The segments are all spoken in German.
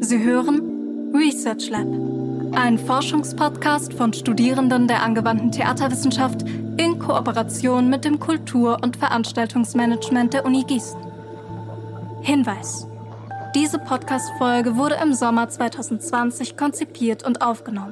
Sie hören Research Lab, ein Forschungspodcast von Studierenden der angewandten Theaterwissenschaft in Kooperation mit dem Kultur- und Veranstaltungsmanagement der Uni Gießen. Hinweis: Diese Podcast-Folge wurde im Sommer 2020 konzipiert und aufgenommen.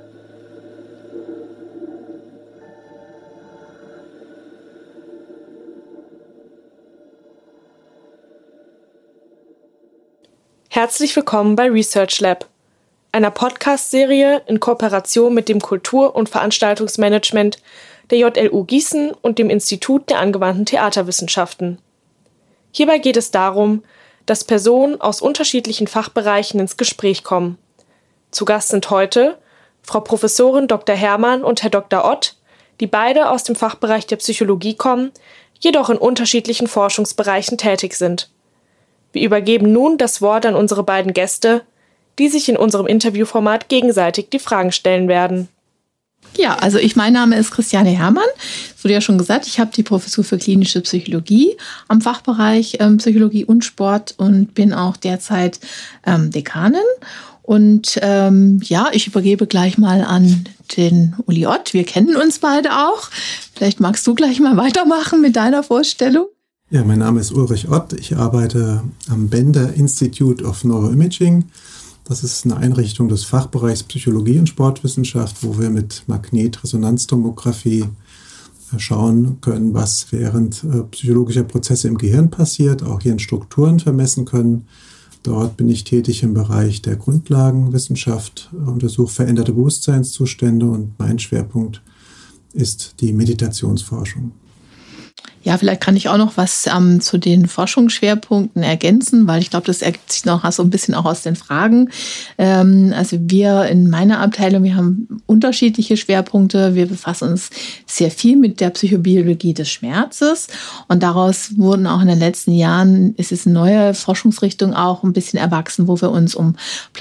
Herzlich willkommen bei Research Lab, einer Podcast-Serie in Kooperation mit dem Kultur- und Veranstaltungsmanagement der JLU Gießen und dem Institut der angewandten Theaterwissenschaften. Hierbei geht es darum, dass Personen aus unterschiedlichen Fachbereichen ins Gespräch kommen. Zu Gast sind heute Frau Professorin Dr. Herrmann und Herr Dr. Ott, die beide aus dem Fachbereich der Psychologie kommen, jedoch in unterschiedlichen Forschungsbereichen tätig sind. Wir übergeben nun das Wort an unsere beiden Gäste, die sich in unserem Interviewformat gegenseitig die Fragen stellen werden. Ja, also mein Name ist Christiane Herrmann. Es wurde ja schon gesagt, ich habe die Professur für klinische Psychologie am Fachbereich Psychologie und Sport und bin auch derzeit Dekanin. Und ich übergebe gleich mal an den Uli Ott. Wir kennen uns beide auch. Vielleicht magst du gleich mal weitermachen mit deiner Vorstellung. Ja, mein Name ist Ulrich Ott. Ich arbeite am Bender Institute of Neuroimaging. Das ist eine Einrichtung des Fachbereichs Psychologie und Sportwissenschaft, wo wir mit Magnetresonanztomographie schauen können, was während psychologischer Prozesse im Gehirn passiert, auch hier in Strukturen vermessen können. Dort bin ich tätig im Bereich der Grundlagenwissenschaft, untersuche veränderte Bewusstseinszustände und mein Schwerpunkt ist die Meditationsforschung. Ja, vielleicht kann ich auch noch was zu den Forschungsschwerpunkten ergänzen, weil ich glaube, das ergibt sich noch so ein bisschen auch aus den Fragen. Also wir in meiner Abteilung, wir haben unterschiedliche Schwerpunkte. Wir befassen uns sehr viel mit der Psychobiologie des Schmerzes und daraus wurden auch in den letzten Jahren, ist es eine neue Forschungsrichtung auch ein bisschen erwachsen, wo wir uns um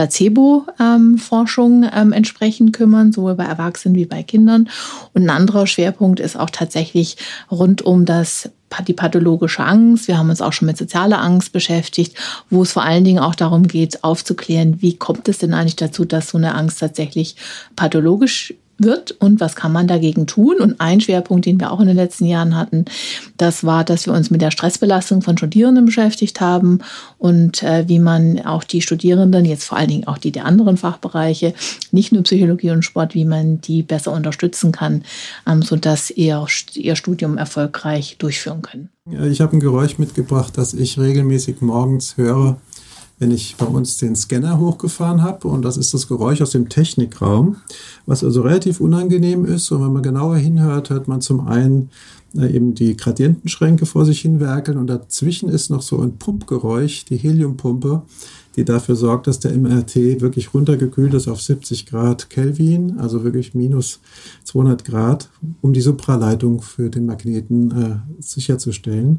Placebo-Forschung entsprechend kümmern, sowohl bei Erwachsenen wie bei Kindern. Und ein anderer Schwerpunkt ist auch tatsächlich rund um die pathologische Angst. Wir haben uns auch schon mit sozialer Angst beschäftigt, wo es vor allen Dingen auch darum geht, aufzuklären, wie kommt es denn eigentlich dazu, dass so eine Angst tatsächlich pathologisch wird und was kann man dagegen tun? Und ein Schwerpunkt, den wir auch in den letzten Jahren hatten, das war, dass wir uns mit der Stressbelastung von Studierenden beschäftigt haben und wie man auch die Studierenden, jetzt vor allen Dingen auch die der anderen Fachbereiche, nicht nur Psychologie und Sport, wie man die besser unterstützen kann, sodass ihr Studium erfolgreich durchführen können. Ja, ich habe ein Geräusch mitgebracht, das ich regelmäßig morgens höre, wenn ich bei uns den Scanner hochgefahren habe. Und das ist das Geräusch aus dem Technikraum, was also relativ unangenehm ist. Und wenn man genauer hinhört, hört man zum einen eben die Gradientenschränke vor sich hin werkeln. Und dazwischen ist noch so ein Pumpgeräusch, die Heliumpumpe, die dafür sorgt, dass der MRT wirklich runtergekühlt ist auf 70 Grad Kelvin, also wirklich minus 200 Grad, um die Supraleitung für den Magneten sicherzustellen.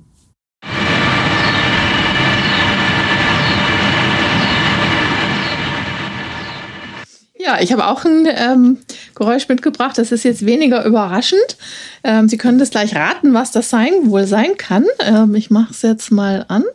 Ja, ich habe auch ein Geräusch mitgebracht. Das ist jetzt weniger überraschend. Sie können das gleich raten, was das wohl sein kann. Ich mache es jetzt mal an.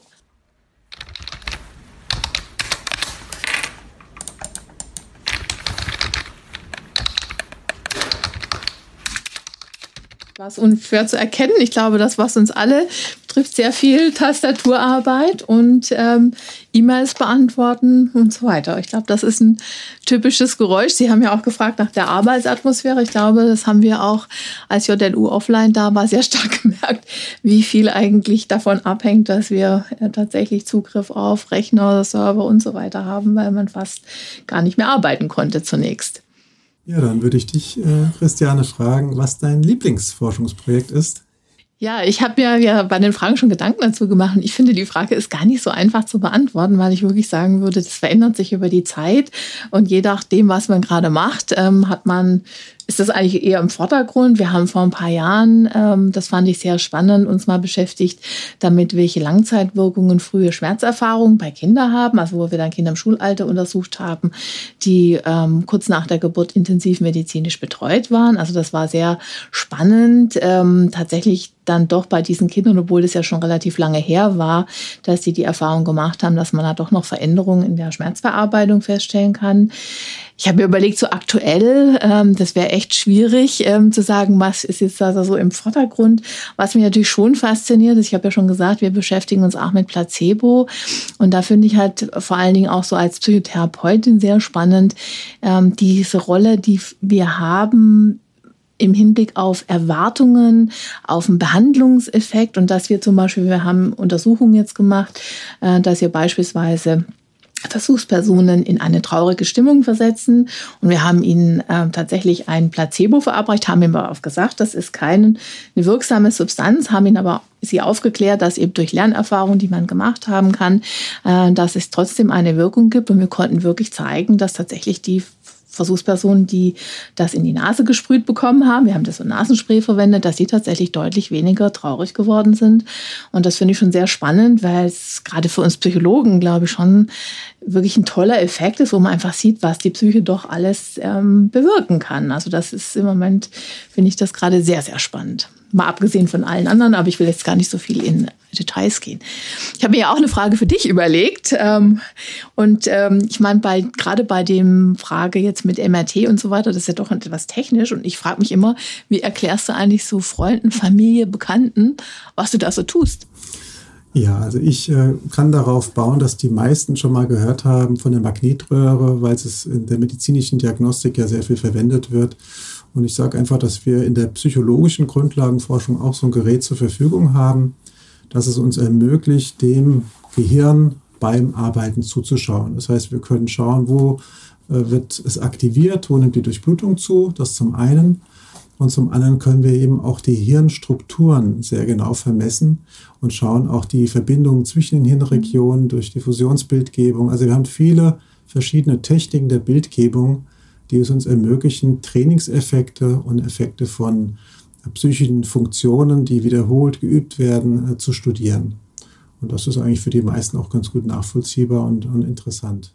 Was unschwer zu erkennen. Ich glaube, das, was uns alle betrifft, sehr viel Tastaturarbeit und E-Mails beantworten und so weiter. Ich glaube, das ist ein typisches Geräusch. Sie haben ja auch gefragt nach der Arbeitsatmosphäre. Ich glaube, das haben wir auch, als JLU offline da war, sehr stark gemerkt, wie viel eigentlich davon abhängt, dass wir tatsächlich Zugriff auf Rechner, Server und so weiter haben, weil man fast gar nicht mehr arbeiten konnte zunächst. Ja, dann würde ich dich, Christiane, fragen, was dein Lieblingsforschungsprojekt ist. Ja, ich habe mir ja bei den Fragen schon Gedanken dazu gemacht. Ich finde, die Frage ist gar nicht so einfach zu beantworten, weil ich wirklich sagen würde, das verändert sich über die Zeit. Und je nachdem, was man gerade macht, ist das eigentlich eher im Vordergrund. Wir haben vor ein paar Jahren, das fand ich sehr spannend, uns mal beschäftigt, damit welche Langzeitwirkungen frühe Schmerzerfahrungen bei Kindern haben, also wo wir dann Kinder im Schulalter untersucht haben, die kurz nach der Geburt intensivmedizinisch betreut waren. Also das war sehr spannend, tatsächlich dann doch bei diesen Kindern, obwohl das ja schon relativ lange her war, dass die Erfahrung gemacht haben, dass man da doch noch Veränderungen in der Schmerzverarbeitung feststellen kann. Ich habe mir überlegt, so aktuell, das wäre echt schwierig zu sagen, was ist jetzt da so im Vordergrund. Was mich natürlich schon fasziniert ist, ich habe ja schon gesagt, wir beschäftigen uns auch mit Placebo. Und da finde ich halt vor allen Dingen auch so als Psychotherapeutin sehr spannend, diese Rolle, die wir haben, im Hinblick auf Erwartungen, auf einen Behandlungseffekt und dass wir zum Beispiel, wir haben Untersuchungen jetzt gemacht, dass wir beispielsweise Versuchspersonen in eine traurige Stimmung versetzen und wir haben ihnen tatsächlich ein Placebo verabreicht, haben ihm aber auch gesagt, das ist keine wirksame Substanz, haben ihn aber sie aufgeklärt, dass eben durch Lernerfahrungen, die man gemacht haben kann, dass es trotzdem eine Wirkung gibt und wir konnten wirklich zeigen, dass tatsächlich die Versuchspersonen, die das in die Nase gesprüht bekommen haben, wir haben das so Nasenspray verwendet, dass sie tatsächlich deutlich weniger traurig geworden sind. Und das finde ich schon sehr spannend, weil es gerade für uns Psychologen, glaube ich, schon wirklich ein toller Effekt ist, wo man einfach sieht, was die Psyche doch alles bewirken kann. Also das ist im Moment, finde ich das gerade sehr, sehr spannend. Mal abgesehen von allen anderen, aber ich will jetzt gar nicht so viel in Details gehen. Ich habe mir ja auch eine Frage für dich überlegt. Ich meine, gerade bei dem Frage jetzt mit MRT und so weiter, das ist ja doch etwas technisch. Und ich frage mich immer, wie erklärst du eigentlich so Freunden, Familie, Bekannten, was du da so tust? Ja, also ich kann darauf bauen, dass die meisten schon mal gehört haben von der Magnetröhre, weil es in der medizinischen Diagnostik ja sehr viel verwendet wird. Und ich sage einfach, dass wir in der psychologischen Grundlagenforschung auch so ein Gerät zur Verfügung haben, dass es uns ermöglicht, dem Gehirn beim Arbeiten zuzuschauen. Das heißt, wir können schauen, wo wird es aktiviert, wo nimmt die Durchblutung zu, das zum einen. Und zum anderen können wir eben auch die Hirnstrukturen sehr genau vermessen und schauen auch die Verbindungen zwischen den Hirnregionen durch Diffusionsbildgebung. Also wir haben viele verschiedene Techniken der Bildgebung, die es uns ermöglichen, Trainingseffekte und Effekte von psychischen Funktionen, die wiederholt geübt werden, zu studieren. Und das ist eigentlich für die meisten auch ganz gut nachvollziehbar und interessant.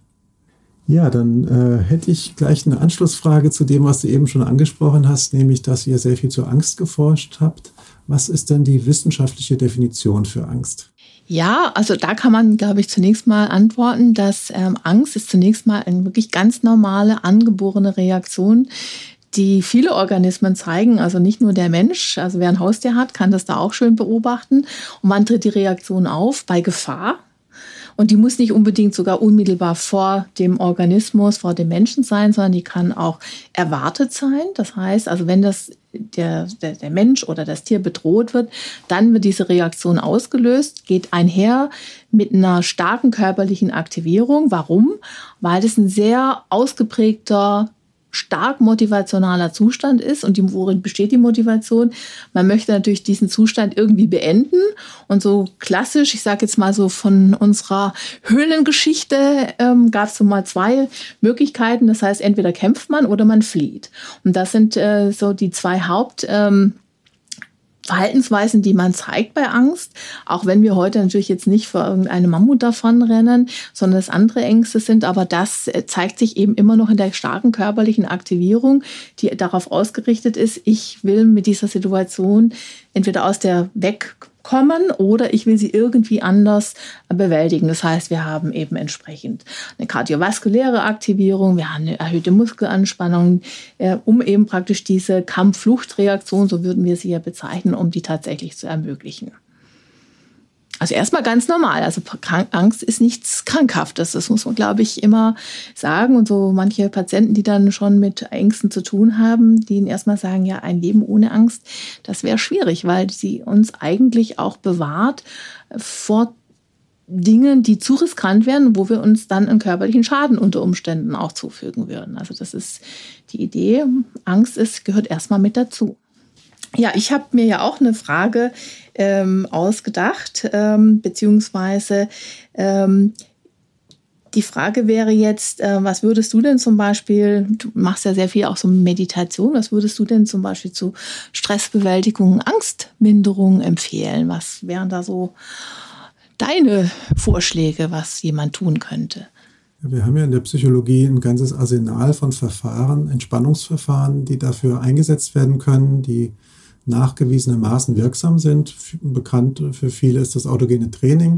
Ja, dann hätte ich gleich eine Anschlussfrage zu dem, was du eben schon angesprochen hast, nämlich, dass ihr sehr viel zur Angst geforscht habt. Was ist denn die wissenschaftliche Definition für Angst? Ja, also da kann man, glaube ich, zunächst mal antworten, dass Angst ist zunächst mal eine wirklich ganz normale, angeborene Reaktion, die viele Organismen zeigen, also nicht nur der Mensch. Also wer ein Haustier hat, kann das da auch schön beobachten. Und wann tritt die Reaktion auf? Bei Gefahr. Und die muss nicht unbedingt sogar unmittelbar vor dem Organismus, vor dem Menschen sein, sondern die kann auch erwartet sein. Das heißt, also wenn der Mensch oder das Tier bedroht wird, dann wird diese Reaktion ausgelöst, geht einher mit einer starken körperlichen Aktivierung. Warum? Weil das ein sehr ausgeprägter, stark motivationaler Zustand ist. Und worin besteht die Motivation? Man möchte natürlich diesen Zustand irgendwie beenden. Und so klassisch, ich sage jetzt mal so von unserer Höhlengeschichte, gab es so mal zwei Möglichkeiten. Das heißt, entweder kämpft man oder man flieht. Und das sind so die zwei Verhaltensweisen, die man zeigt bei Angst, auch wenn wir heute natürlich jetzt nicht vor irgendeinem Mammut davonrennen, sondern es andere Ängste sind, aber das zeigt sich eben immer noch in der starken körperlichen Aktivierung, die darauf ausgerichtet ist, ich will mit dieser Situation entweder aus der wegkommen oder ich will sie irgendwie anders bewältigen. Das heißt, wir haben eben entsprechend eine kardiovaskuläre Aktivierung, wir haben eine erhöhte Muskelanspannung, um eben praktisch diese Kampf-Flucht-Reaktion, so würden wir sie ja bezeichnen, um die tatsächlich zu ermöglichen. Also erstmal ganz normal. Also Angst ist nichts Krankhaftes. Das muss man, glaube ich, immer sagen. Und so manche Patienten, die dann schon mit Ängsten zu tun haben, die ihnen erstmal sagen, ja, ein Leben ohne Angst, das wäre schwierig, weil sie uns eigentlich auch bewahrt vor Dingen, die zu riskant wären, wo wir uns dann einen körperlichen Schaden unter Umständen auch zufügen würden. Also das ist die Idee. Angst gehört erstmal mit dazu. Ja, ich habe mir ja auch eine Frage ausgedacht, beziehungsweise Die Frage wäre jetzt, was würdest du denn zum Beispiel, du machst ja sehr viel auch so Meditation, was würdest du denn zum Beispiel zu Stressbewältigung, Angstminderung empfehlen? Was wären da so deine Vorschläge, was jemand tun könnte? Wir haben ja in der Psychologie ein ganzes Arsenal von Verfahren, Entspannungsverfahren, die dafür eingesetzt werden können, die nachgewiesenermaßen wirksam sind. Bekannt für viele ist das autogene Training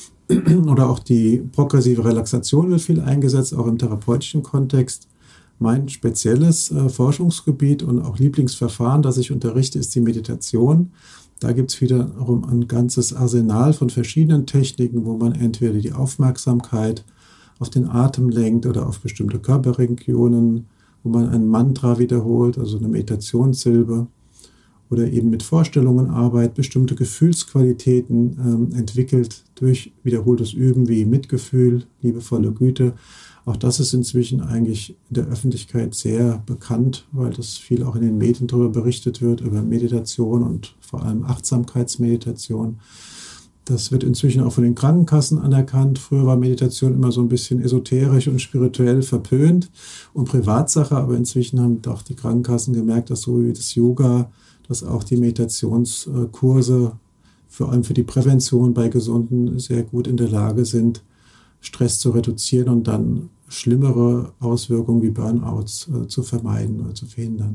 oder auch die progressive Relaxation wird viel eingesetzt, auch im therapeutischen Kontext. Mein spezielles Forschungsgebiet und auch Lieblingsverfahren, das ich unterrichte, ist die Meditation. Da gibt es wiederum ein ganzes Arsenal von verschiedenen Techniken, wo man entweder die Aufmerksamkeit auf den Atem lenkt oder auf bestimmte Körperregionen, wo man ein Mantra wiederholt, also eine Meditationssilbe, oder eben mit Vorstellungen arbeitet, bestimmte Gefühlsqualitäten entwickelt durch wiederholtes Üben wie Mitgefühl, liebevolle Güte. Auch das ist inzwischen eigentlich in der Öffentlichkeit sehr bekannt, weil das viel auch in den Medien darüber berichtet wird, über Meditation und vor allem Achtsamkeitsmeditation. Das wird inzwischen auch von den Krankenkassen anerkannt. Früher war Meditation immer so ein bisschen esoterisch und spirituell verpönt und Privatsache, aber inzwischen haben auch die Krankenkassen gemerkt, dass so wie das Yoga, dass auch die Meditationskurse vor allem für die Prävention bei Gesunden sehr gut in der Lage sind, Stress zu reduzieren und dann schlimmere Auswirkungen wie Burnouts zu vermeiden oder zu verhindern.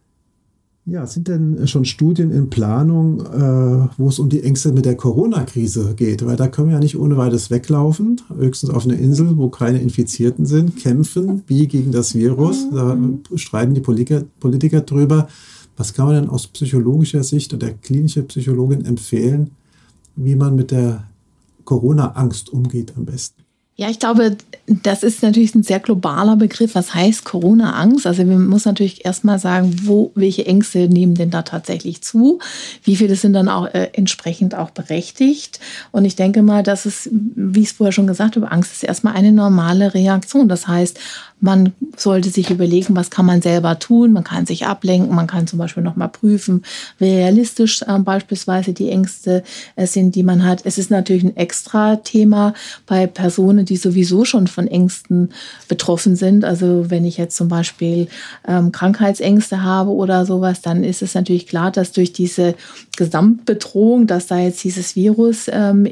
Ja, sind denn schon Studien in Planung, wo es um die Ängste mit der Corona-Krise geht? Weil da können wir ja nicht ohne weiteres weglaufen, höchstens auf einer Insel, wo keine Infizierten sind, kämpfen wie gegen das Virus. Da streiten die Politiker drüber. Was kann man denn aus psychologischer Sicht oder klinischer Psychologin empfehlen, wie man mit der Corona-Angst umgeht am besten? Ja, ich glaube, das ist natürlich ein sehr globaler Begriff. Was heißt Corona-Angst? Also man muss natürlich erstmal sagen, welche Ängste nehmen denn da tatsächlich zu? Wie viele sind dann auch entsprechend auch berechtigt? Und ich denke mal, dass es, wie ich es vorher schon gesagt habe, Angst ist erstmal eine normale Reaktion. Das heißt, man sollte sich überlegen, was kann man selber tun. Man kann sich ablenken, man kann zum Beispiel nochmal prüfen, wie realistisch beispielsweise die Ängste sind, die man hat. Es ist natürlich ein extra Thema bei Personen, die sowieso schon von Ängsten betroffen sind. Also wenn ich jetzt zum Beispiel Krankheitsängste habe oder sowas, dann ist es natürlich klar, dass durch diese Gesamtbedrohung, dass da jetzt dieses Virus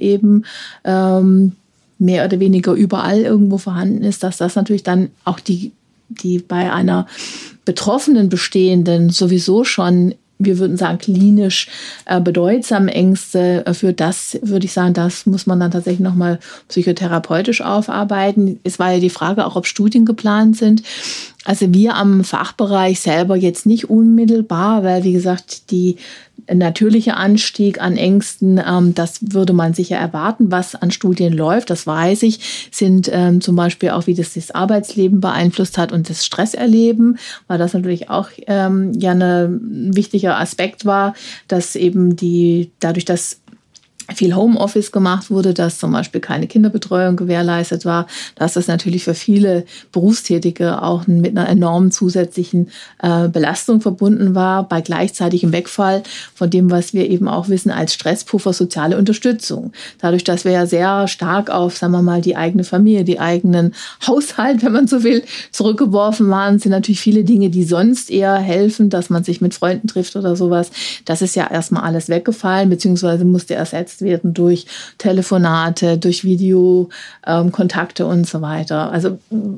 mehr oder weniger überall irgendwo vorhanden ist, dass das natürlich dann auch die bei einer Betroffenen bestehenden sowieso schon, wir würden sagen, klinisch bedeutsamen Ängste, für das würde ich sagen, das muss man dann tatsächlich nochmal psychotherapeutisch aufarbeiten. Es war ja die Frage auch, ob Studien geplant sind. Also wir am Fachbereich selber jetzt nicht unmittelbar, weil wie gesagt, die natürliche Anstieg an Ängsten, das würde man sicher erwarten, was an Studien läuft, das weiß ich, sind zum Beispiel auch, wie das Arbeitsleben beeinflusst hat und das Stresserleben, weil das natürlich auch ein wichtiger Aspekt war, dass eben dadurch, dass viel Homeoffice gemacht wurde, dass zum Beispiel keine Kinderbetreuung gewährleistet war, dass das natürlich für viele Berufstätige auch mit einer enormen zusätzlichen Belastung verbunden war, bei gleichzeitigem Wegfall von dem, was wir eben auch wissen als Stresspuffer, soziale Unterstützung. Dadurch, dass wir ja sehr stark auf, sagen wir mal, die eigene Familie, die eigenen Haushalt, wenn man so will, zurückgeworfen waren, sind natürlich viele Dinge, die sonst eher helfen, dass man sich mit Freunden trifft oder sowas. Das ist ja erstmal alles weggefallen, beziehungsweise musste ersetzt werden durch Telefonate, durch Videokontakte und so weiter. Also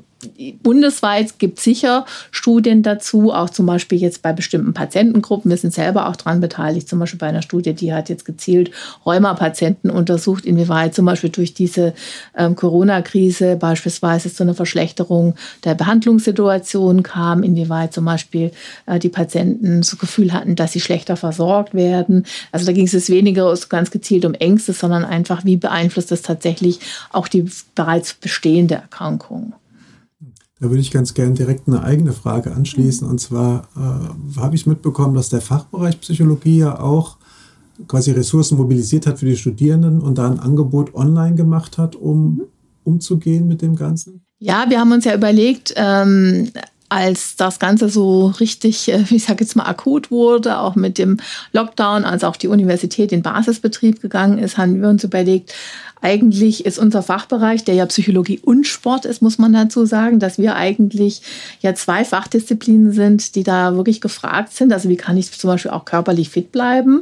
bundesweit gibt es sicher Studien dazu, auch zum Beispiel jetzt bei bestimmten Patientengruppen. Wir sind selber auch daran beteiligt, zum Beispiel bei einer Studie, die hat jetzt gezielt Rheuma-Patienten untersucht, inwieweit zum Beispiel durch diese Corona-Krise beispielsweise zu einer Verschlechterung der Behandlungssituation kam, inwieweit zum Beispiel die Patienten so Gefühl hatten, dass sie schlechter versorgt werden. Also da ging es weniger ganz gezielt um Ängste, sondern einfach, wie beeinflusst das tatsächlich auch die bereits bestehende Erkrankung. Da würde ich ganz gern direkt eine eigene Frage anschließen. Und zwar habe ich mitbekommen, dass der Fachbereich Psychologie ja auch quasi Ressourcen mobilisiert hat für die Studierenden und da ein Angebot online gemacht hat, um umzugehen mit dem Ganzen. Ja, wir haben uns ja überlegt, als das Ganze so richtig, ich sage jetzt mal, akut wurde, auch mit dem Lockdown, als auch die Universität in Basisbetrieb gegangen ist, haben wir uns überlegt, eigentlich ist unser Fachbereich, der ja Psychologie und Sport ist, muss man dazu sagen, dass wir eigentlich ja 2 Fachdisziplinen sind, die da wirklich gefragt sind. Also wie kann ich zum Beispiel auch körperlich fit bleiben?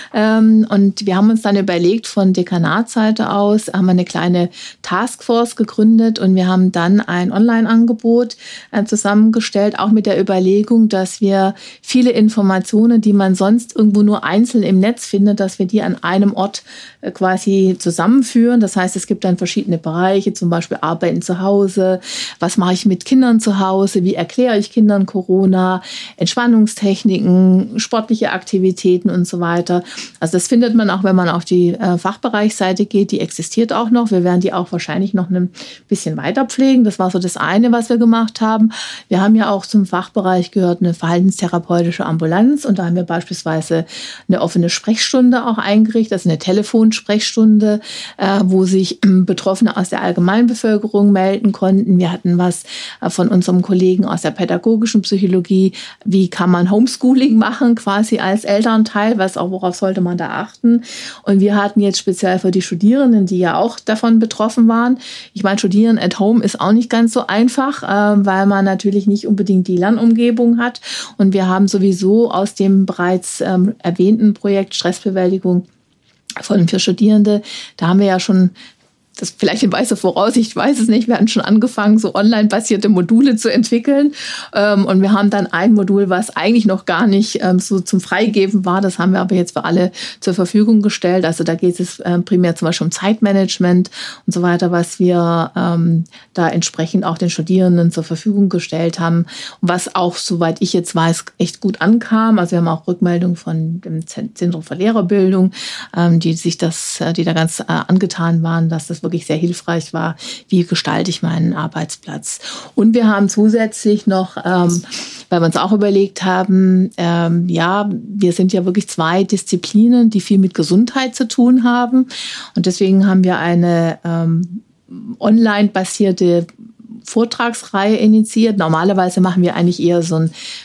Und wir haben uns dann überlegt, von Dekanatsseite aus haben wir eine kleine Taskforce gegründet und wir haben dann ein Online-Angebot zusammengestellt, auch mit der Überlegung, dass wir viele Informationen, die man sonst irgendwo nur einzeln im Netz findet, dass wir die an einem Ort quasi zusammenführen. Das heißt, es gibt dann verschiedene Bereiche, zum Beispiel Arbeiten zu Hause, was mache ich mit Kindern zu Hause, wie erkläre ich Kindern Corona, Entspannungstechniken, sportliche Aktivitäten und so weiter. Also das findet man auch, wenn man auf die Fachbereichsseite geht, die existiert auch noch. Wir werden die auch wahrscheinlich noch ein bisschen weiter pflegen. Das war so das eine, was wir gemacht haben. Wir haben ja auch zum Fachbereich gehört eine verhaltenstherapeutische Ambulanz und da haben wir beispielsweise eine offene Sprechstunde auch eingerichtet, also eine Telefonsprechstunde, wo sich Betroffene aus der Allgemeinbevölkerung melden konnten. Wir hatten was von unserem Kollegen aus der pädagogischen Psychologie. Wie kann man Homeschooling machen, quasi als Elternteil? Worauf sollte man da achten? Und wir hatten jetzt speziell für die Studierenden, die ja auch davon betroffen waren. Ich meine, Studieren at home ist auch nicht ganz so einfach, weil man natürlich nicht unbedingt die Lernumgebung hat. Und wir haben sowieso aus dem bereits erwähnten Projekt Stressbewältigung für Studierende, da haben wir ja schon, das vielleicht in weißer Voraussicht, ich weiß es nicht, wir hatten schon angefangen, so online-basierte Module zu entwickeln. Und wir haben dann ein Modul, was eigentlich noch gar nicht so zum Freigeben war, das haben wir aber jetzt für alle zur Verfügung gestellt. Also da geht es primär zum Beispiel um Zeitmanagement und so weiter, was wir da entsprechend auch den Studierenden zur Verfügung gestellt haben. Und was auch, soweit ich jetzt weiß, echt gut ankam. Also wir haben auch Rückmeldungen von dem Zentrum für Lehrerbildung, die da ganz angetan waren, dass das wirklich sehr hilfreich war, wie gestalte ich meinen Arbeitsplatz. Und wir haben zusätzlich noch, weil wir uns auch überlegt haben, wir sind ja wirklich 2 Disziplinen, die viel mit Gesundheit zu tun haben. Und deswegen haben wir eine online-basierte Vortragsreihe initiiert. Normalerweise machen wir eigentlich eher so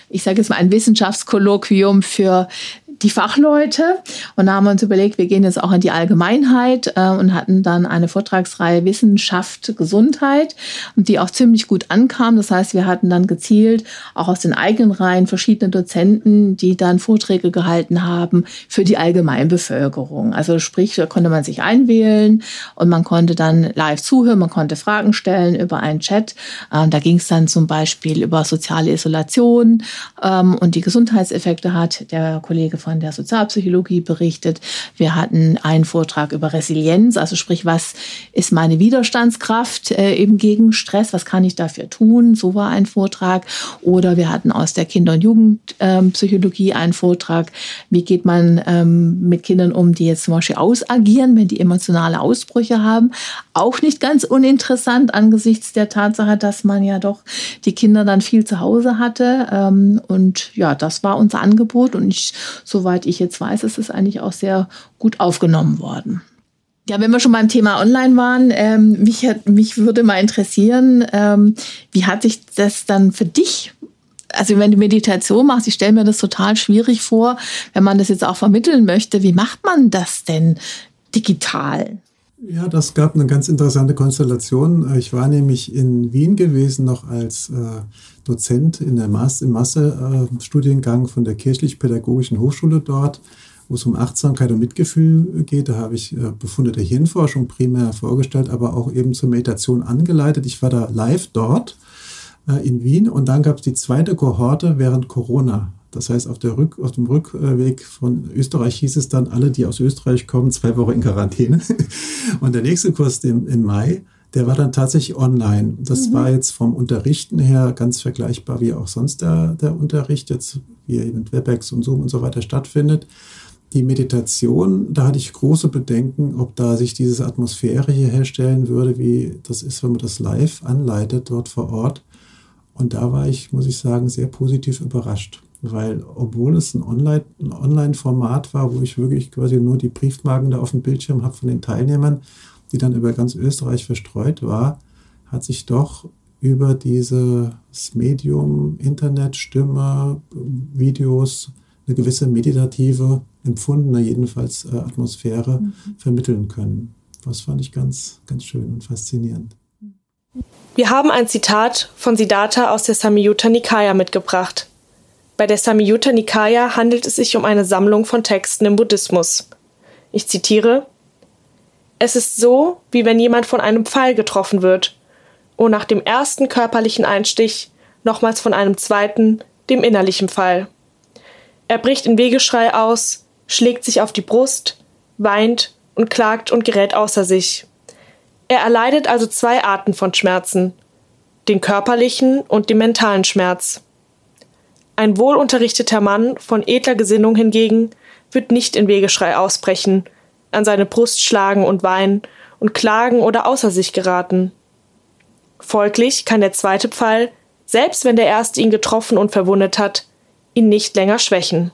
ein Wissenschaftskolloquium für die Fachleute. Und da haben wir uns überlegt, wir gehen jetzt auch in die Allgemeinheit und hatten dann eine Vortragsreihe Wissenschaft, Gesundheit, die auch ziemlich gut ankam. Das heißt, wir hatten dann gezielt auch aus den eigenen Reihen verschiedene Dozenten, die dann Vorträge gehalten haben für die Allgemeinbevölkerung. Also sprich, da konnte man sich einwählen und man konnte dann live zuhören, man konnte Fragen stellen über einen Chat. Da ging es dann zum Beispiel über soziale Isolation und die Gesundheitseffekte hat der Kollege von der Sozialpsychologie berichtet. Wir hatten einen Vortrag über Resilienz, also sprich, was ist meine Widerstandskraft eben gegen Stress, was kann ich dafür tun? So war ein Vortrag. Oder wir hatten aus der Kinder- und Jugendpsychologie einen Vortrag, wie geht man mit Kindern um, die jetzt zum Beispiel ausagieren, wenn die emotionale Ausbrüche haben. Auch nicht ganz uninteressant angesichts der Tatsache, dass man ja doch die Kinder dann viel zu Hause hatte. Und ja, das war unser Angebot und soweit ich jetzt weiß, ist es eigentlich auch sehr gut aufgenommen worden. Ja, wenn wir schon beim Thema Online waren, mich würde mal interessieren, wie hat sich das dann für dich, also wenn du Meditation machst, ich stelle mir das total schwierig vor, wenn man das jetzt auch vermitteln möchte, wie macht man das denn digital? Ja, das gab eine ganz interessante Konstellation. Ich war nämlich in Wien gewesen, noch als Dozent im Masterstudiengang von der Kirchlich-Pädagogischen Hochschule dort, wo es um Achtsamkeit und Mitgefühl geht. Da habe ich Befunde der Hirnforschung primär vorgestellt, aber auch eben zur Meditation angeleitet. Ich war da live dort in Wien und dann gab es die zweite Kohorte während Corona. Das heißt, auf dem Rückweg von Österreich hieß es dann, alle, die aus Österreich kommen, 2 Wochen in Quarantäne. Und der nächste Kurs im Mai, der war dann tatsächlich online. Das war jetzt vom Unterrichten her ganz vergleichbar, wie auch sonst der Unterricht jetzt, wie er mit WebEx und Zoom und so weiter stattfindet. Die Meditation, da hatte ich große Bedenken, ob da sich diese Atmosphäre hier herstellen würde, wie das ist, wenn man das live anleitet dort vor Ort. Und da war ich, muss ich sagen, sehr positiv überrascht. Weil, obwohl es ein Online-Format war, wo ich wirklich quasi nur die Briefmarken da auf dem Bildschirm habe von den Teilnehmern, die dann über ganz Österreich verstreut war, hat sich doch über dieses Medium, Internet, Stimme, Videos, eine gewisse meditative, empfundene jedenfalls Atmosphäre vermitteln können. Das fand ich ganz, ganz schön und faszinierend. Wir haben ein Zitat von Siddhartha aus der Samyutta Nikaya mitgebracht. Bei der Samyutta Nikaya handelt es sich um eine Sammlung von Texten im Buddhismus. Ich zitiere: Es ist so, wie wenn jemand von einem Pfeil getroffen wird und nach dem ersten körperlichen Einstich nochmals von einem zweiten, dem innerlichen Pfeil. Er bricht in Wehgeschrei aus, schlägt sich auf die Brust, weint und klagt und gerät außer sich. Er erleidet also 2 Arten von Schmerzen, den körperlichen und den mentalen Schmerz. Ein wohlunterrichteter Mann von edler Gesinnung hingegen wird nicht in Wehgeschrei ausbrechen, an seine Brust schlagen und weinen und klagen oder außer sich geraten. Folglich kann der zweite Pfeil, selbst wenn der erste ihn getroffen und verwundet hat, ihn nicht länger schwächen.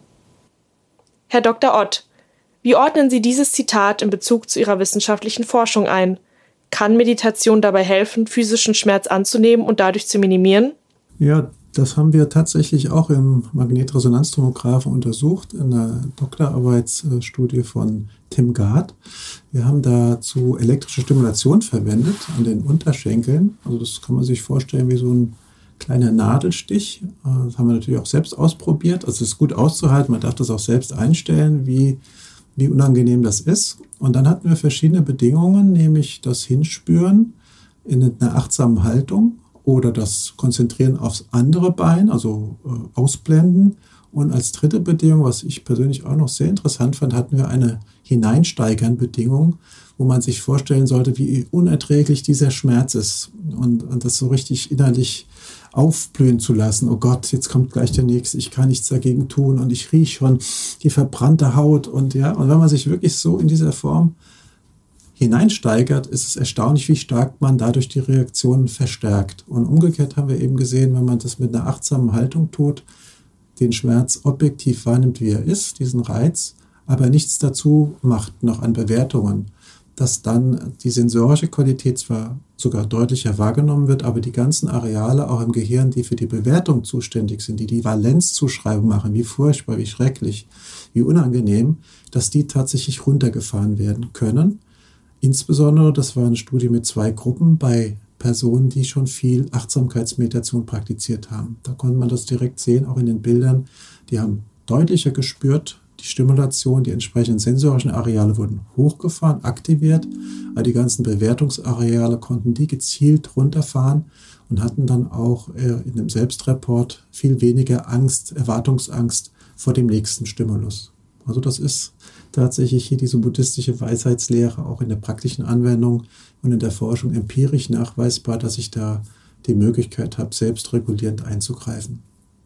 Herr Dr. Ott, wie ordnen Sie dieses Zitat in Bezug zu Ihrer wissenschaftlichen Forschung ein? Kann Meditation dabei helfen, physischen Schmerz anzunehmen und dadurch zu minimieren? Ja, das haben wir tatsächlich auch im Magnetresonanztomographen untersucht, in einer Doktorarbeitsstudie von Tim Gard. Wir haben dazu elektrische Stimulation verwendet an den Unterschenkeln. Also das kann man sich vorstellen wie so ein kleiner Nadelstich. Das haben wir natürlich auch selbst ausprobiert. Also es ist gut auszuhalten, man darf das auch selbst einstellen, wie unangenehm das ist. Und dann hatten wir verschiedene Bedingungen, nämlich das Hinspüren in einer achtsamen Haltung oder das Konzentrieren aufs andere Bein, also ausblenden. Und als dritte Bedingung, was ich persönlich auch noch sehr interessant fand, hatten wir eine Hineinsteigern-Bedingung, wo man sich vorstellen sollte, wie unerträglich dieser Schmerz ist und das so richtig innerlich aufblühen zu lassen. Oh Gott, jetzt kommt gleich der Nächste, ich kann nichts dagegen tun und ich rieche schon die verbrannte Haut. Und wenn man sich wirklich so in dieser Form hineinsteigert, ist es erstaunlich, wie stark man dadurch die Reaktionen verstärkt. Und umgekehrt haben wir eben gesehen, wenn man das mit einer achtsamen Haltung tut, den Schmerz objektiv wahrnimmt, wie er ist, diesen Reiz, aber nichts dazu macht, noch an Bewertungen, dass dann die sensorische Qualität zwar sogar deutlicher wahrgenommen wird, aber die ganzen Areale auch im Gehirn, die für die Bewertung zuständig sind, die Valenzzuschreibung machen, wie furchtbar, wie schrecklich, wie unangenehm, dass die tatsächlich runtergefahren werden können. Insbesondere, das war eine Studie mit 2 Gruppen bei Personen, die schon viel Achtsamkeitsmeditation praktiziert haben. Da konnte man das direkt sehen, auch in den Bildern. Die haben deutlicher gespürt, die Stimulation, die entsprechenden sensorischen Areale wurden hochgefahren, aktiviert, aber die ganzen Bewertungsareale konnten die gezielt runterfahren und hatten dann auch in dem Selbstreport viel weniger Angst, Erwartungsangst vor dem nächsten Stimulus. Also das ist tatsächlich hier diese buddhistische Weisheitslehre auch in der praktischen Anwendung und in der Forschung empirisch nachweisbar, dass ich da die Möglichkeit habe, selbstregulierend einzugreifen.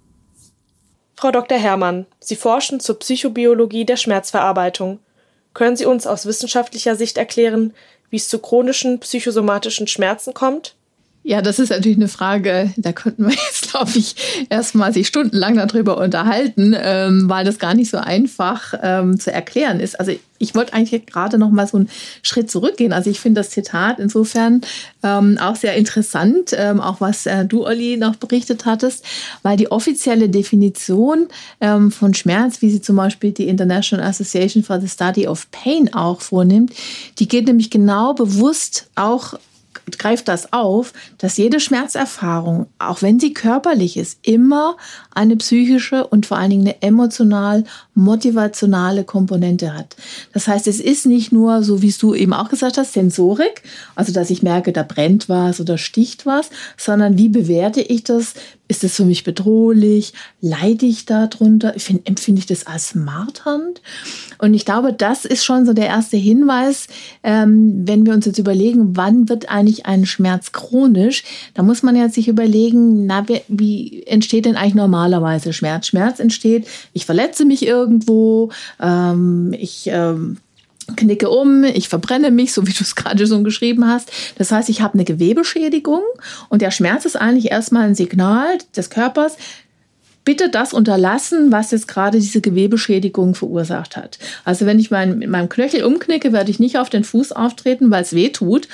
Frau Dr. Herrmann, Sie forschen zur Psychobiologie der Schmerzverarbeitung. Können Sie uns aus wissenschaftlicher Sicht erklären, wie es zu chronischen psychosomatischen Schmerzen kommt? Ja, das ist natürlich eine Frage, da könnten wir jetzt, glaube ich, erstmal sich stundenlang darüber unterhalten, weil das gar nicht so einfach zu erklären ist. Also ich wollte eigentlich gerade noch mal so einen Schritt zurückgehen. Also ich finde das Zitat insofern auch sehr interessant, auch was du, Olli, noch berichtet hattest, weil die offizielle Definition von Schmerz, wie sie zum Beispiel die International Association for the Study of Pain auch vornimmt, die geht nämlich genau bewusst auch greift das auf, dass jede Schmerzerfahrung, auch wenn sie körperlich ist, immer eine psychische und vor allen Dingen eine emotional-motivationale Komponente hat. Das heißt, es ist nicht nur, so wie du eben auch gesagt hast, Sensorik, also dass ich merke, da brennt was oder sticht was, sondern wie bewerte ich das? Ist es für mich bedrohlich? Leide ich darunter? Empfinde ich das als marternd? Und ich glaube, das ist schon so der erste Hinweis, wenn wir uns jetzt überlegen, wann wird eigentlich ein Schmerz chronisch? Da muss man jetzt sich überlegen, wie entsteht denn eigentlich normalerweise Schmerz? Schmerz entsteht, ich verletze mich irgendwo, ich knicke um, ich verbrenne mich, so wie du es gerade schon geschrieben hast. Das heißt, ich habe eine Gewebeschädigung und der Schmerz ist eigentlich erstmal ein Signal des Körpers, bitte das unterlassen, was jetzt gerade diese Gewebeschädigung verursacht hat. Also wenn ich mit meinem Knöchel umknicke, werde ich nicht auf den Fuß auftreten, weil es weh tut.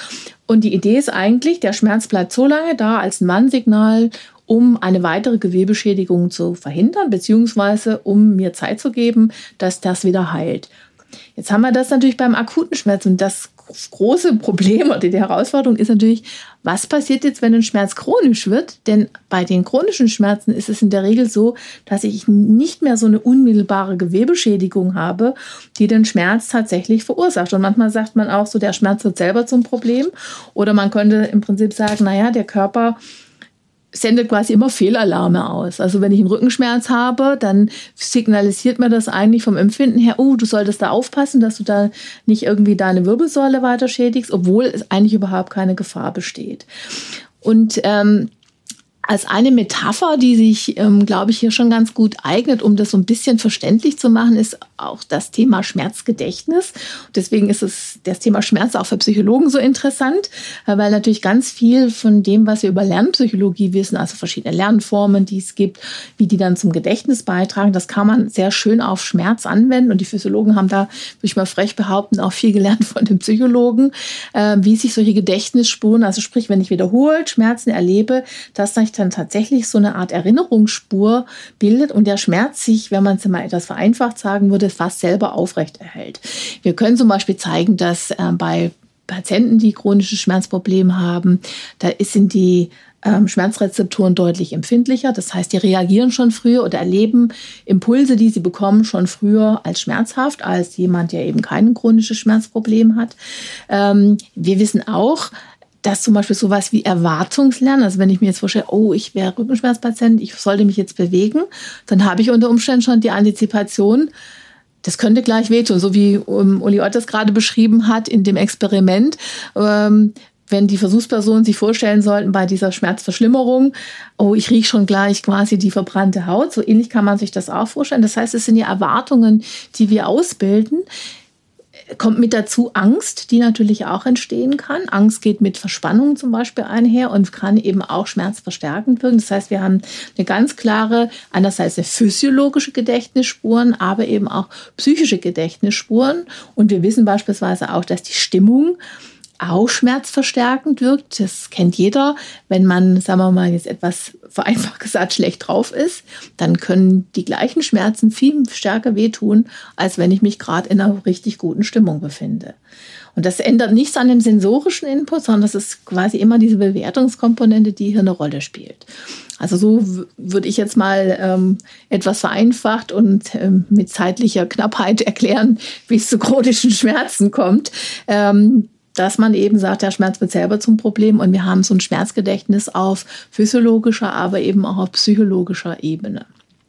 Und die Idee ist eigentlich, der Schmerz bleibt so lange da als ein Warnsignal, um eine weitere Gewebeschädigung zu verhindern, beziehungsweise um mir Zeit zu geben, dass das wieder heilt. Jetzt haben wir das natürlich beim akuten Schmerz. Und das große Problem oder die Herausforderung ist natürlich, was passiert jetzt, wenn ein Schmerz chronisch wird? Denn bei den chronischen Schmerzen ist es in der Regel so, dass ich nicht mehr so eine unmittelbare Gewebeschädigung habe, die den Schmerz tatsächlich verursacht. Und manchmal sagt man auch so, der Schmerz wird selber zum Problem. Oder man könnte im Prinzip sagen, naja, der Körper sendet quasi immer Fehlalarme aus. Also wenn ich einen Rückenschmerz habe, dann signalisiert mir das eigentlich vom Empfinden her, du solltest da aufpassen, dass du da nicht irgendwie deine Wirbelsäule weiter schädigst, obwohl es eigentlich überhaupt keine Gefahr besteht. Und als eine Metapher, die sich, glaube ich, hier schon ganz gut eignet, um das so ein bisschen verständlich zu machen, ist auch das Thema Schmerzgedächtnis. Deswegen ist das Thema Schmerz auch für Psychologen so interessant, weil natürlich ganz viel von dem, was wir über Lernpsychologie wissen, also verschiedene Lernformen, die es gibt, wie die dann zum Gedächtnis beitragen, das kann man sehr schön auf Schmerz anwenden. Und die Physiologen haben da, würde ich mal frech behaupten, auch viel gelernt von den Psychologen, wie sich solche Gedächtnisspuren, also sprich, wenn ich wiederholt Schmerzen erlebe, dass sich dann tatsächlich so eine Art Erinnerungsspur bildet und der Schmerz sich, wenn man es mal etwas vereinfacht sagen würde, fast selber aufrecht erhält. Wir können zum Beispiel zeigen, dass bei Patienten, die chronische Schmerzprobleme haben, da sind die Schmerzrezeptoren deutlich empfindlicher. Das heißt, die reagieren schon früher oder erleben Impulse, die sie bekommen, schon früher als schmerzhaft, als jemand, der eben kein chronisches Schmerzproblem hat. Wir wissen auch, dass zum Beispiel sowas wie Erwartungslernen, also wenn ich mir jetzt vorstelle, ich wäre Rückenschmerzpatient, ich sollte mich jetzt bewegen, dann habe ich unter Umständen schon die Antizipation, das könnte gleich wehtun, so wie Uli Ott das gerade beschrieben hat in dem Experiment, wenn die Versuchspersonen sich vorstellen sollten bei dieser Schmerzverschlimmerung, ich rieche schon gleich quasi die verbrannte Haut, so ähnlich kann man sich das auch vorstellen. Das heißt, es sind ja Erwartungen, die wir ausbilden. Kommt mit dazu Angst, die natürlich auch entstehen kann. Angst geht mit Verspannung zum Beispiel einher und kann eben auch schmerzverstärkend wirken. Das heißt, wir haben eine ganz klare, einerseits eine physiologische Gedächtnisspuren, aber eben auch psychische Gedächtnisspuren. Und wir wissen beispielsweise auch, dass die Stimmung auch schmerzverstärkend wirkt. Das kennt jeder. Wenn man, sagen wir mal, jetzt etwas vereinfacht gesagt schlecht drauf ist, dann können die gleichen Schmerzen viel stärker wehtun, als wenn ich mich gerade in einer richtig guten Stimmung befinde. Und das ändert nichts an dem sensorischen Input, sondern das ist quasi immer diese Bewertungskomponente, die hier eine Rolle spielt. Also so würde ich jetzt mal etwas vereinfacht und mit zeitlicher Knappheit erklären, wie es zu chronischen Schmerzen kommt. Dass man eben sagt, der Schmerz wird selber zum Problem und wir haben so ein Schmerzgedächtnis auf physiologischer, aber eben auch auf psychologischer Ebene.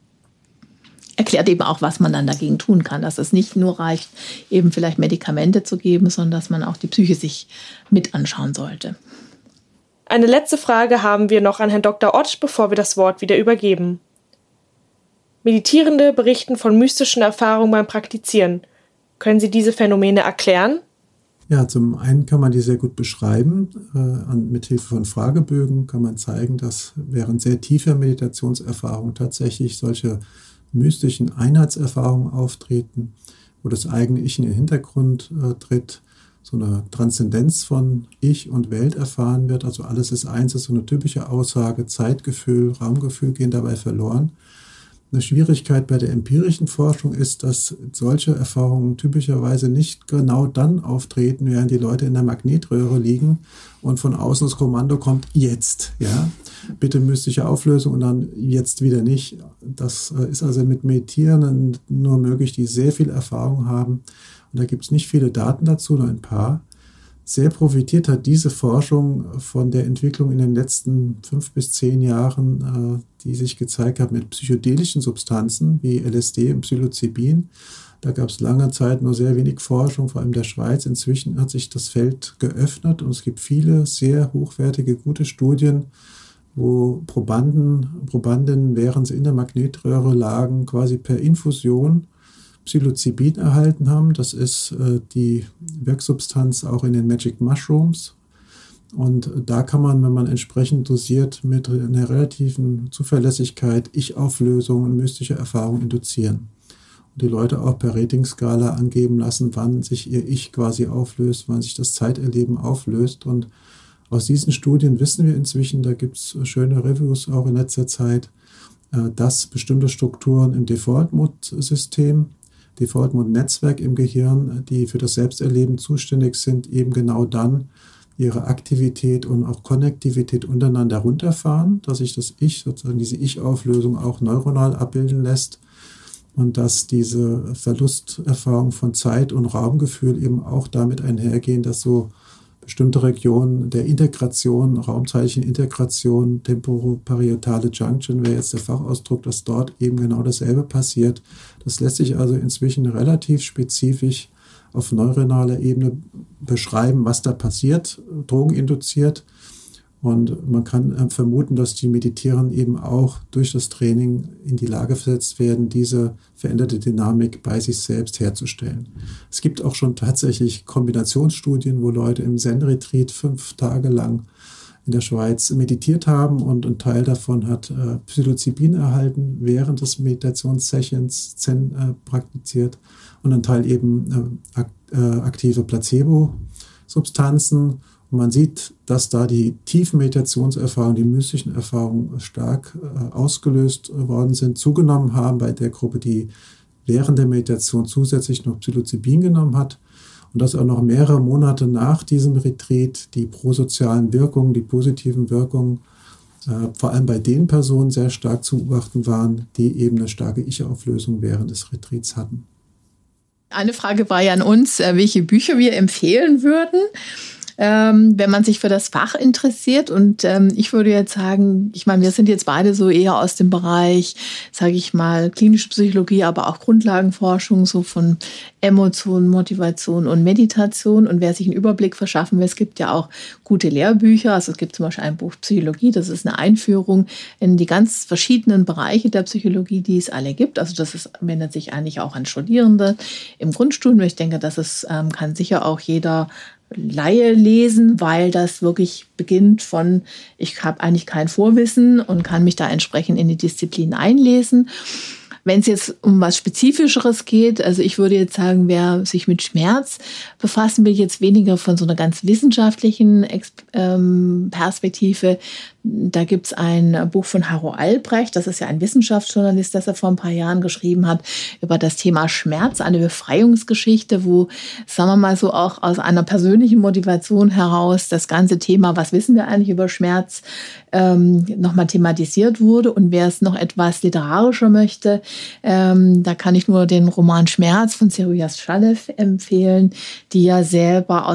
Erklärt eben auch, was man dann dagegen tun kann, dass es nicht nur reicht, eben vielleicht Medikamente zu geben, sondern dass man auch die Psyche sich mit anschauen sollte. Eine letzte Frage haben wir noch an Herrn Dr. Ott, bevor wir das Wort wieder übergeben. Meditierende berichten von mystischen Erfahrungen beim Praktizieren. Können Sie diese Phänomene erklären? Ja, zum einen kann man die sehr gut beschreiben. Mit Hilfe von Fragebögen kann man zeigen, dass während sehr tiefer Meditationserfahrungen tatsächlich solche mystischen Einheitserfahrungen auftreten, wo das eigene Ich in den Hintergrund tritt, so eine Transzendenz von Ich und Welt erfahren wird. Also alles ist eins, ist so eine typische Aussage. Zeitgefühl, Raumgefühl gehen dabei verloren. Eine Schwierigkeit bei der empirischen Forschung ist, dass solche Erfahrungen typischerweise nicht genau dann auftreten, während die Leute in der Magnetröhre liegen und von außen das Kommando kommt, jetzt, ja, bitte mystische Auflösung und dann jetzt wieder nicht. Das ist also mit Meditierenden nur möglich, die sehr viel Erfahrung haben. Und da gibt es nicht viele Daten dazu, nur ein paar. Sehr profitiert hat diese Forschung von der Entwicklung in den letzten 5 bis 10 Jahren, die sich gezeigt hat mit psychedelischen Substanzen wie LSD und Psilocybin. Da gab es lange Zeit nur sehr wenig Forschung, vor allem in der Schweiz. Inzwischen hat sich das Feld geöffnet und es gibt viele sehr hochwertige, gute Studien, wo Probanden, während sie in der Magnetröhre lagen, quasi per Infusion Psilocybin erhalten haben. Das ist die Wirksubstanz auch in den Magic Mushrooms. Und da kann man, wenn man entsprechend dosiert, mit einer relativen Zuverlässigkeit Ich-Auflösung und mystische Erfahrung induzieren. und die Leute auch per Ratingskala angeben lassen, wann sich ihr Ich quasi auflöst, wann sich das Zeiterleben auflöst. Und aus diesen Studien wissen wir inzwischen, da gibt es schöne Reviews auch in letzter Zeit, dass bestimmte Strukturen im Default-Mode-System, Default-Mode-Netzwerk im Gehirn, die für das Selbsterleben zuständig sind, eben genau dann ihre Aktivität und auch Konnektivität untereinander runterfahren, dass sich das Ich, sozusagen diese Ich-Auflösung auch neuronal abbilden lässt und dass diese Verlusterfahrung von Zeit- und Raumgefühl eben auch damit einhergehen, dass so bestimmte Regionen der Integration, raumzeitlichen Integration, temporoparietale Junction wäre jetzt der Fachausdruck, dass dort eben genau dasselbe passiert. Das lässt sich also inzwischen relativ spezifisch auf neuronaler Ebene beschreiben, was da passiert, drogeninduziert. Und man kann vermuten, dass die Meditierenden eben auch durch das Training in die Lage versetzt werden, diese veränderte Dynamik bei sich selbst herzustellen. Es gibt auch schon tatsächlich Kombinationsstudien, wo Leute im Zen-Retreat 5 Tage lang in der Schweiz meditiert haben und ein Teil davon hat Psilocybin erhalten, während des Meditationssessions Zen praktiziert und ein Teil eben aktive Placebo-Substanzen. Und man sieht, dass da die tiefen Meditationserfahrungen, die mystischen Erfahrungen stark ausgelöst worden sind, zugenommen haben bei der Gruppe, die während der Meditation zusätzlich noch Psilocybin genommen hat. Und dass auch noch mehrere Monate nach diesem Retreat die prosozialen Wirkungen, die positiven Wirkungen, vor allem bei den Personen sehr stark zu beobachten waren, die eben eine starke Ich-Auflösung während des Retreats hatten. Eine Frage war ja an uns, welche Bücher wir empfehlen würden, wenn man sich für das Fach interessiert. Und ich würde jetzt sagen, ich meine, wir sind jetzt beide so eher aus dem Bereich, sage ich mal, klinische Psychologie, aber auch Grundlagenforschung, so von Emotionen, Motivation und Meditation. Und wer sich einen Überblick verschaffen will, es gibt ja auch gute Lehrbücher. Also es gibt zum Beispiel ein Buch Psychologie, das ist eine Einführung in die ganz verschiedenen Bereiche der Psychologie, die es alle gibt. Also wendet sich eigentlich auch an Studierende im Grundstudium. Ich denke, kann sicher auch jeder Laie lesen, weil das wirklich beginnt von, ich habe eigentlich kein Vorwissen und kann mich da entsprechend in die Disziplin einlesen. Wenn es jetzt um was Spezifischeres geht, also ich würde jetzt sagen, wer sich mit Schmerz befassen will, jetzt weniger von so einer ganz wissenschaftlichen Perspektive. Da gibt es ein Buch von Harro Albrecht, das ist ja ein Wissenschaftsjournalist, das er vor ein paar Jahren geschrieben hat, über das Thema Schmerz, eine Befreiungsgeschichte, wo, sagen wir mal so, auch aus einer persönlichen Motivation heraus das ganze Thema, was wissen wir eigentlich über Schmerz, nochmal thematisiert wurde. Und wer es noch etwas literarischer möchte, da kann ich nur den Roman Schmerz von Cyriace Shalev empfehlen, die ja selber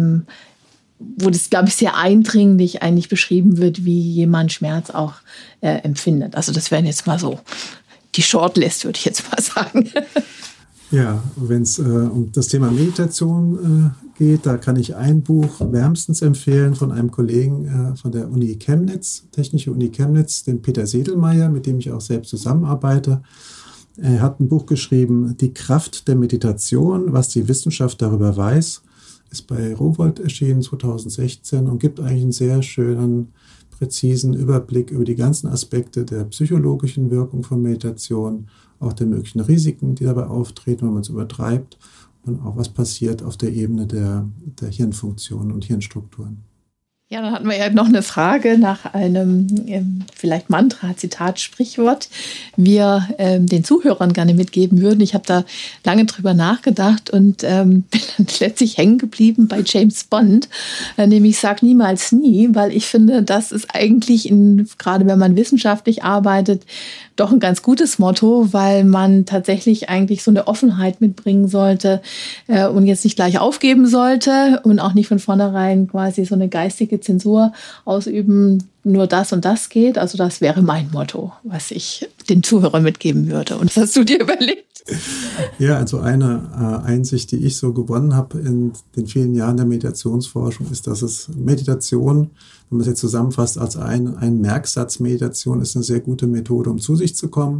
wo das, glaube ich, sehr eindringlich eigentlich beschrieben wird, wie jemand Schmerz auch empfindet. Also das wären jetzt mal so die Shortlist, würde ich jetzt mal sagen. Ja, wenn es um das Thema Meditation geht, da kann ich ein Buch wärmstens empfehlen von einem Kollegen von der Uni Chemnitz, Technische Uni Chemnitz, den Peter Sedelmeier, mit dem ich auch selbst zusammenarbeite. Er hat ein Buch geschrieben, Die Kraft der Meditation, was die Wissenschaft darüber weiß. Ist bei Rowohlt erschienen 2016 und gibt eigentlich einen sehr schönen, präzisen Überblick über die ganzen Aspekte der psychologischen Wirkung von Meditation, auch der möglichen Risiken, die dabei auftreten, wenn man es übertreibt, und auch was passiert auf der Ebene der Hirnfunktionen und Hirnstrukturen. Ja, dann hatten wir ja noch eine Frage nach einem vielleicht Mantra, Zitat, Sprichwort, wir den Zuhörern gerne mitgeben würden. Ich habe da lange drüber nachgedacht und bin dann letztlich hängen geblieben bei James Bond, nämlich sag niemals nie, weil ich finde, das ist eigentlich, gerade wenn man wissenschaftlich arbeitet, doch ein ganz gutes Motto, weil man tatsächlich eigentlich so eine Offenheit mitbringen sollte und jetzt nicht gleich aufgeben sollte und auch nicht von vornherein quasi so eine geistige Zensur ausüben, nur das und das geht. Also das wäre mein Motto, was ich den Zuhörern mitgeben würde. Und was hast du dir überlegt? Ja, also eine Einsicht, die ich so gewonnen habe in den vielen Jahren der Meditationsforschung, ist, dass es Meditation, wenn man es jetzt zusammenfasst als ein Merksatz, Meditation ist eine sehr gute Methode, um zu sich zu kommen.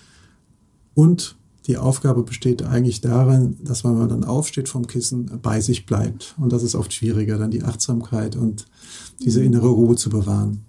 Und die Aufgabe besteht eigentlich darin, dass wenn man dann aufsteht vom Kissen, bei sich bleibt. Und das ist oft schwieriger, dann die Achtsamkeit und diese innere Ruhe zu bewahren.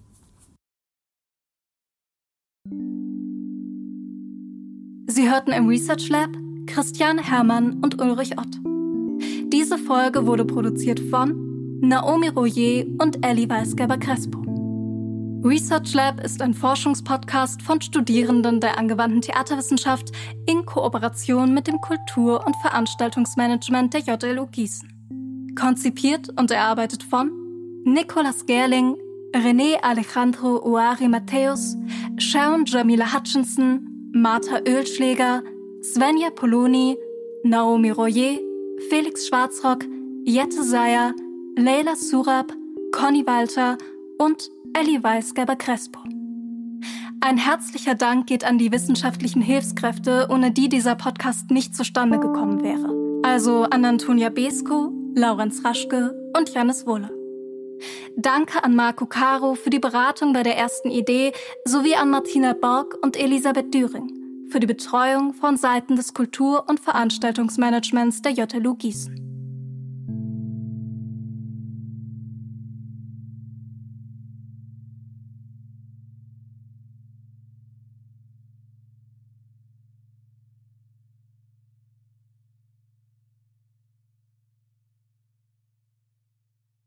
Sie hörten im Research Lab Christian Herrmann und Ulrich Ott. Diese Folge wurde produziert von Naomi Royer und Ellie Weisgerber-Crespo. Research Lab ist ein Forschungspodcast von Studierenden der angewandten Theaterwissenschaft in Kooperation mit dem Kultur- und Veranstaltungsmanagement der JLU Gießen. Konzipiert und erarbeitet von Nicolas Gerling, René Alejandro Uari Matthäus, Shaun Jamila Hutchinson, Martha Oehlschläger, Svenja Poloni, Naomi Royer, Felix Schwarzrock, Jette Seyer, Leila Surab, Conny Walter und Ellie Weisgerber-Crespo. Ein herzlicher Dank geht an die wissenschaftlichen Hilfskräfte, ohne die dieser Podcast nicht zustande gekommen wäre. Also an Antonia Besko, Laurenz Raschke und Janis Wohle. Danke an Marco Caro für die Beratung bei der ersten Idee sowie an Martina Borg und Elisabeth Düring für die Betreuung von Seiten des Kultur- und Veranstaltungsmanagements der JLU Gießen.